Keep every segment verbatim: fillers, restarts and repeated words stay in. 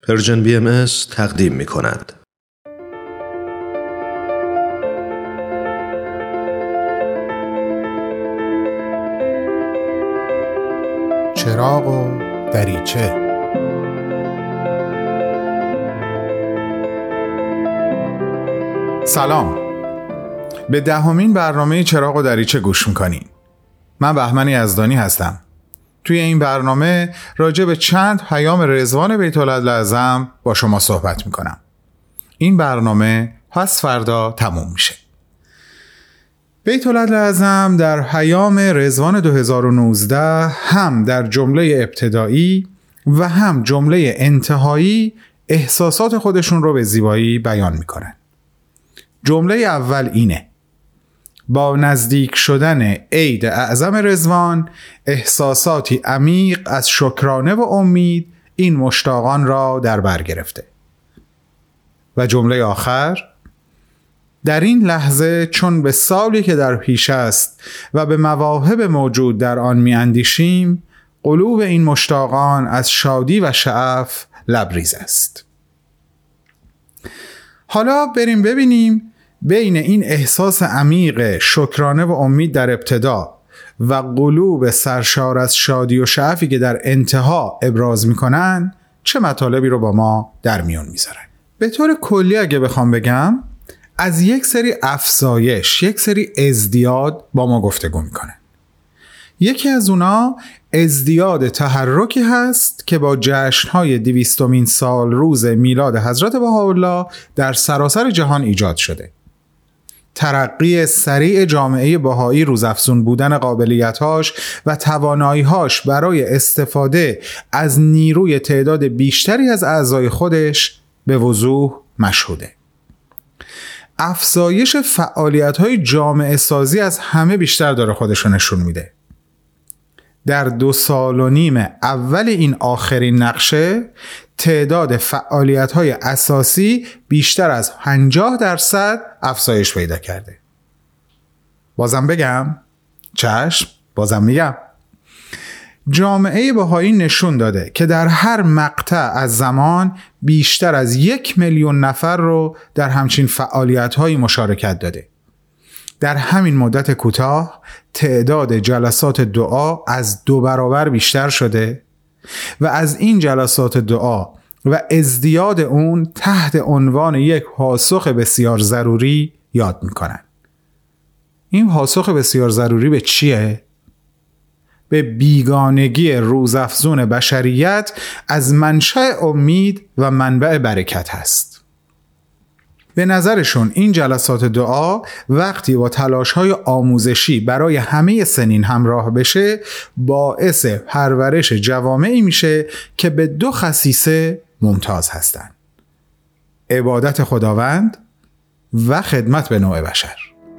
پرژن بی ام اس تقدیم می کند. چراغ و دریچه. سلام، به دهمین برنامه چراغ و دریچه گوش میکنین. من بهمن یزدانی هستم. توی این برنامه راجع به چند پیام رضوان بیت العظم با شما صحبت میکنم. این برنامه پس فردا تموم میشه. بیت العظم در پیام رضوان دو هزار و نوزده هم در جمله ابتدایی و هم جمله انتهایی احساسات خودشون رو به زیبایی بیان میکنن. جمله اول اینه: با نزدیک شدن عید اعظم رضوان احساساتی عمیق از شکرانه و امید این مشتاقان را در بر گرفته. و جمله آخر: در این لحظه چون به سالی که در پیش است و به مواهب موجود در آن می اندیشیم، قلوب این مشتاقان از شادی و شعف لبریز است. حالا بریم ببینیم بین این احساس عمیق شکرانه و امید در ابتدا و قلوب سرشار از شادی و شعفی که در انتها ابراز میکنن چه مطالبی رو با ما در میون میذارن. به طور کلی اگه بخوام بگم، از یک سری افزایش، یک سری ازدیاد با ما گفتگو میکنن. یکی از اونا ازدیاد تحرکی هست که با جشن‌های دویستمین سال روز میلاد حضرت بهاءالله در سراسر جهان ایجاد شده. ترقی سریع جامعه بهایی، روزافزون بودن قابلیت‌هاش و توانایی‌هاش برای استفاده از نیروی تعداد بیشتری از اعضای خودش به وضوح مشهوده. افزایش فعالیت‌های جامعه سازی از همه بیشتر داره خودشو نشون میده. در دو سال و نیم اول این آخرین نقشه تعداد فعالیت‌های اساسی بیشتر از پنجاه درصد افزایش پیدا کرده. بازم بگم؟ چشم، بازم میگم. جامعه بهایی نشون داده که در هر مقطع از زمان بیشتر از یک میلیون نفر رو در همچین فعالیت‌هایی مشارکت داده. در همین مدت کوتاه تعداد جلسات دعا از دو برابر بیشتر شده و از این جلسات دعا و ازدیاد اون تحت عنوان یک پاسخ بسیار ضروری یاد میکنن. این پاسخ بسیار ضروری به چیه؟ به بیگانگی روزافزون بشریت از منشأ امید و منبع برکت هست. به نظرشون این جلسات دعا وقتی با تلاش‌های آموزشی برای همه سنین همراه بشه، باعث پرورش جوامعی میشه که به دو خصیصه ممتاز هستند: عبادت خداوند و خدمت به نوع بشر.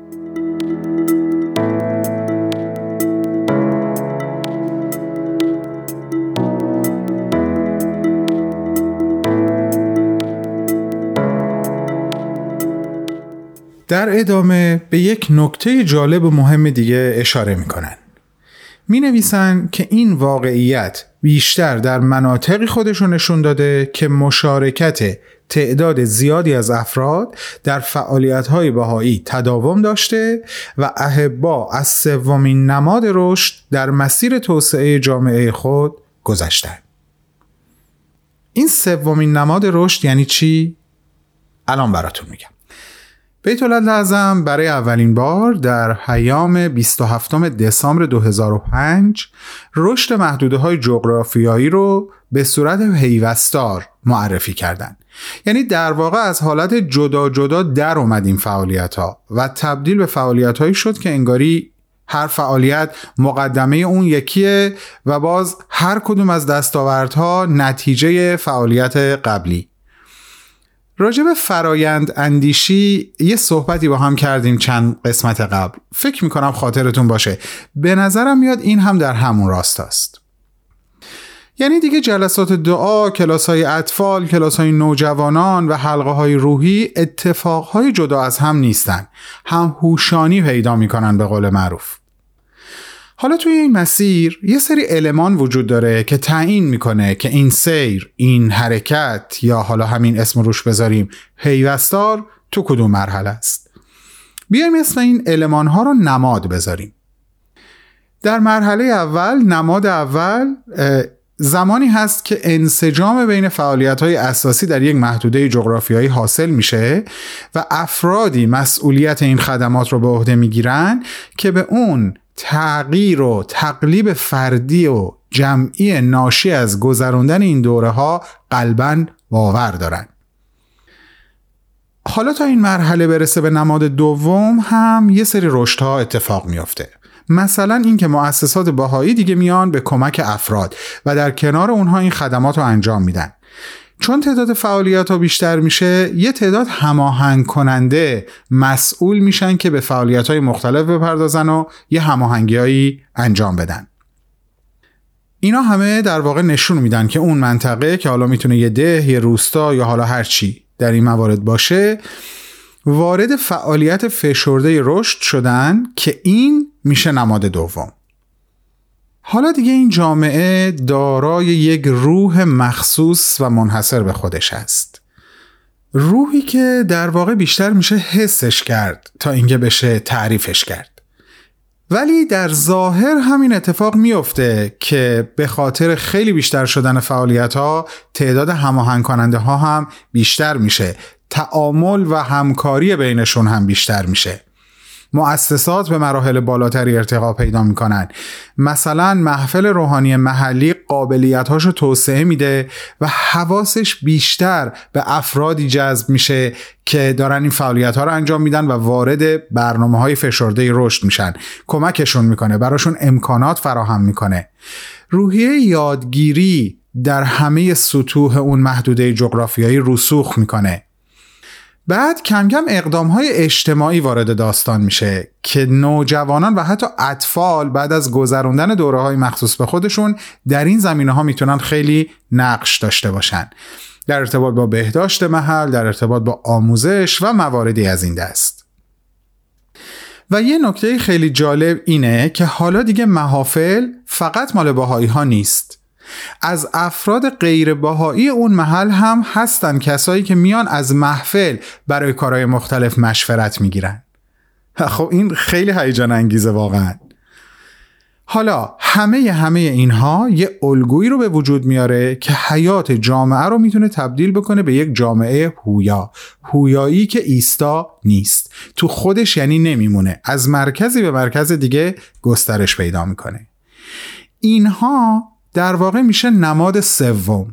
در ادامه به یک نکته جالب و مهم دیگه اشاره میکنن. می نویسن که این واقعیت بیشتر در مناطقی خودشو نشون داده که مشارکت تعداد زیادی از افراد در فعالیت‌های بهایی تداوم داشته و احبا از سومین نماد رشد در مسیر توسعه جامعه خود گذشتن. این سومین نماد رشد یعنی چی؟ الان براتون میگم. بیت العظم برای اولین بار در پیام بیست و هفتم دسامبر دو هزار و پنج رشد محدوده‌های جغرافیایی رو به صورت پیوستار معرفی کردند. یعنی در واقع از حالت جدا جدا در اومد این فعالیت‌ها و تبدیل به فعالیت‌هایی شد که انگاری هر فعالیت مقدمه اون یکیه و باز هر کدوم از دستاوردها نتیجه فعالیت قبلی. راجع به فرایند اندیشی یه صحبتی با هم کردیم چند قسمت قبل. فکر میکنم خاطرتون باشه. به نظرم میاد این هم در همون راست است. یعنی دیگه جلسات دعا، کلاس‌های اطفال، کلاس‌های نوجوانان و حلقه‌های روحی اتفاقهای جدا از هم نیستن. هم هوشانی پیدا میکنن به قول معروف. حالا توی این مسیر یه سری المان وجود داره که تعیین میکنه که این سیر، این حرکت یا حالا همین اسم روش بذاریم پیوستار تو کدوم مرحله است. بیایم اسم این المان ها رو نماد بذاریم. در مرحله اول، نماد اول زمانی هست که انسجام بین فعالیت‌های اساسی در یک محدوده جغرافیایی حاصل میشه و افرادی مسئولیت این خدمات رو به عهده میگیرن که به اون تغییر و تقلیب فردی و جمعی ناشی از گذراندن این دوره ها قلباً باور دارن. حالا تا این مرحله برسه به نماد دوم هم یه سری رشدها اتفاق میفته. مثلا این که مؤسسات بهایی دیگه میان به کمک افراد و در کنار اونها این خدمات رو انجام میدن. چون تعداد فعالیت ها بیشتر میشه، یه تعداد هماهنگ کننده مسئول میشن که به فعالیت های مختلف بپردازن و یه هماهنگی هایی انجام بدن. اینا همه در واقع نشون میدن که اون منطقه که حالا میتونه یه ده، یه روستا یا حالا هر چی در این موارد باشه، وارد فعالیت فشرده رشد شدن که این میشه نماد دوم. حالا دیگه این جامعه دارای یک روح مخصوص و منحصر به خودش است. روحی که در واقع بیشتر میشه حسش کرد تا اینکه بشه تعریفش کرد. ولی در ظاهر همین اتفاق میفته که به خاطر خیلی بیشتر شدن فعالیت ها تعداد هماهنگ کننده ها هم بیشتر میشه، تعامل و همکاری بینشون هم بیشتر میشه. مؤسسات به مراحل بالاتری ارتقا پیدا میکنن. مثلا محفل روحانی محلی قابلیت‌هاشو توسعه میده و حواسش بیشتر به افرادی جذب میشه که دارن این فعالیت‌ها رو انجام میدن و وارد برنامه‌های فشرده رشد میشن. کمکشون میکنه، براشون امکانات فراهم میکنه. روحیه یادگیری در همه سطوح اون محدوده جغرافیایی رسوخ میکنه. بعد کم کم اقدام‌های اجتماعی وارد داستان میشه که نوجوانان و حتی اطفال بعد از گذروندن دوره‌های مخصوص به خودشون در این زمینه‌ها میتونن خیلی نقش داشته باشن، در ارتباط با بهداشت محل، در ارتباط با آموزش و مواردی از این دست. و یه نکته خیلی جالب اینه که حالا دیگه محافل فقط مال بهایی ها نیست. از افراد غیر بهایی اون محل هم هستن کسایی که میان از محفل برای کارهای مختلف مشورت میگیرن. خب این خیلی هیجان انگیزه واقعا. حالا همه همه اینها یه الگویی رو به وجود میاره که حیات جامعه رو میتونه تبدیل بکنه به یک جامعه پویا. پویایی که ایستا نیست، تو خودش یعنی نمیمونه، از مرکزی به مرکز دیگه گسترش پیدا میکنه. اینها در واقع میشه نماد سوم.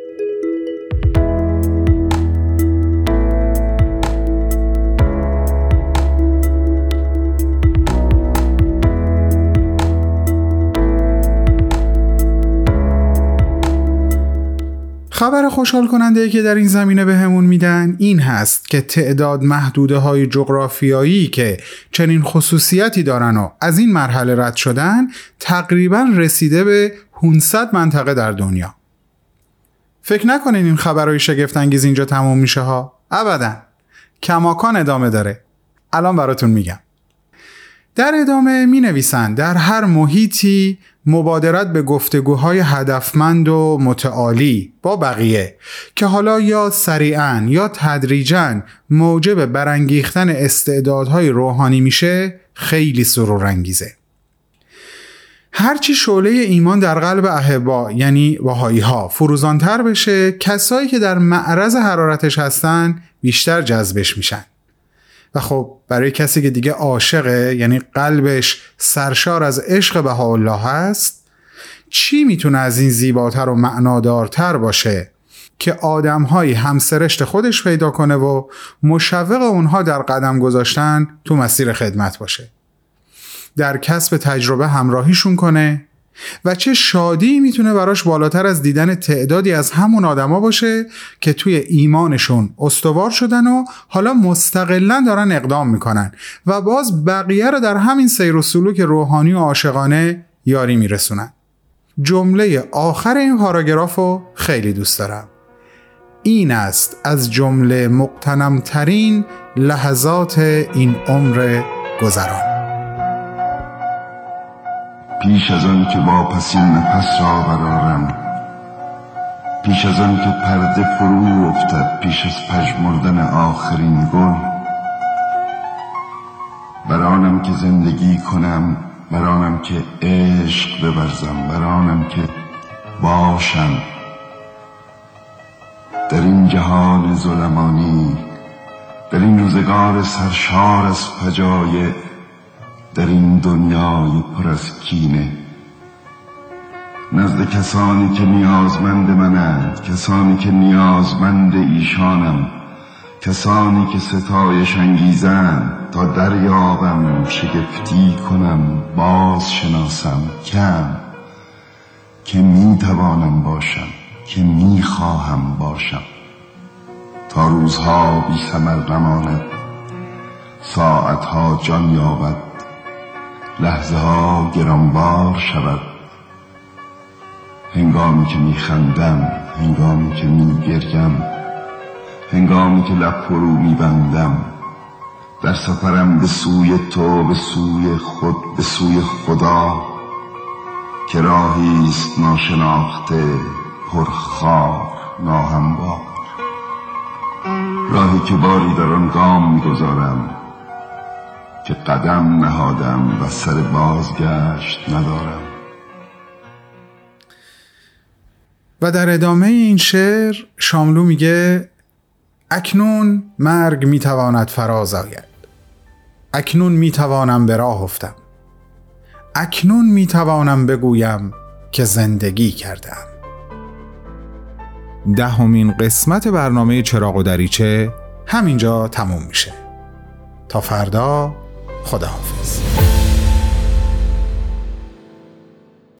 خبر خوشحال کننده که در این زمینه به همون میدن این هست که تعداد محدوده های جغرافیایی که چنین خصوصیتی دارن و از این مرحله رد شدن تقریبا رسیده به پانصد منطقه در دنیا. فکر نکنین این خبرهای شگفت انگیز اینجا تموم میشه ها، ابدا. کماکان ادامه داره. الان براتون میگم. در ادامه می نویسن در هر محیطی مبادرت به گفتگوهای هدفمند و متعالی با بقیه که حالا یا سریعاً یا تدریجاً موجب برانگیختن استعدادهای روحانی میشه خیلی سرورانگیزه. هرچی شعله ایمان در قلب احبا یعنی بهایی ها فروزانتر بشه، کسایی که در معرض حرارتش هستن بیشتر جذبش میشن. و خب برای کسی که دیگه عاشقه، یعنی قلبش سرشار از عشق بهاءالله هست، چی میتونه از این زیباتر و معنادارتر باشه که آدم‌های همسرشت خودش پیدا کنه و مشوق اونها در قدم گذاشتن تو مسیر خدمت باشه، در کسب تجربه همراهیشون کنه و چه شادی میتونه براش بالاتر از دیدن تعدادی از همون آدما باشه که توی ایمانشون استوار شدن و حالا مستقلاً دارن اقدام میکنن و باز بقیه رو در همین سیر و سلوک روحانی و عاشقانه یاری میرسونن. جمله آخر این پاراگرافو خیلی دوست دارم. این است از جمله مغتنمترین لحظات این عمر گذران. پیش از آن که واپسین نفس را برآرم، پیش از آن که پرده فرو افتد، پیش از پژمردن آخرین گل، برآنم که زندگی کنم، برآنم که عشق بورزم، برآنم که باشم در این جهان ظلمانی، در این روزگار سرشار از فجایع، در این دنیای پر از کینه، نزد کسانی که نیازمند منند، کسانی که نیازمند ایشانم، کسانی که ستایش انگیزند، تا دریابم، شگفتی کنم، باز شناسم کم که می توانم باشم، که می خواهم باشم، تا روزها بی ثمر نماند، ساعتها جان یابد، لحظه ها گرانبار شود، هنگامی که می خندم، هنگامی که می گریم، هنگامی که لب فرو می بندم، در سفرم به سوی تو، به سوی خود، به سوی خدا، که راهی است ناشناخته، پرخار، ناهموار، راهی که باری در آن گام می‌گذارم که قدم نهادم و سر بازگشت ندارم. و در ادامه این شعر شاملو میگه اکنون مرگ میتواند فراز آید، اکنون میتوانم به راه افتم، اکنون میتوانم بگویم که زندگی کردم. دهمین قسمت برنامه چراغ و دریچه همینجا تموم میشه. تا فردا، خداحافظ.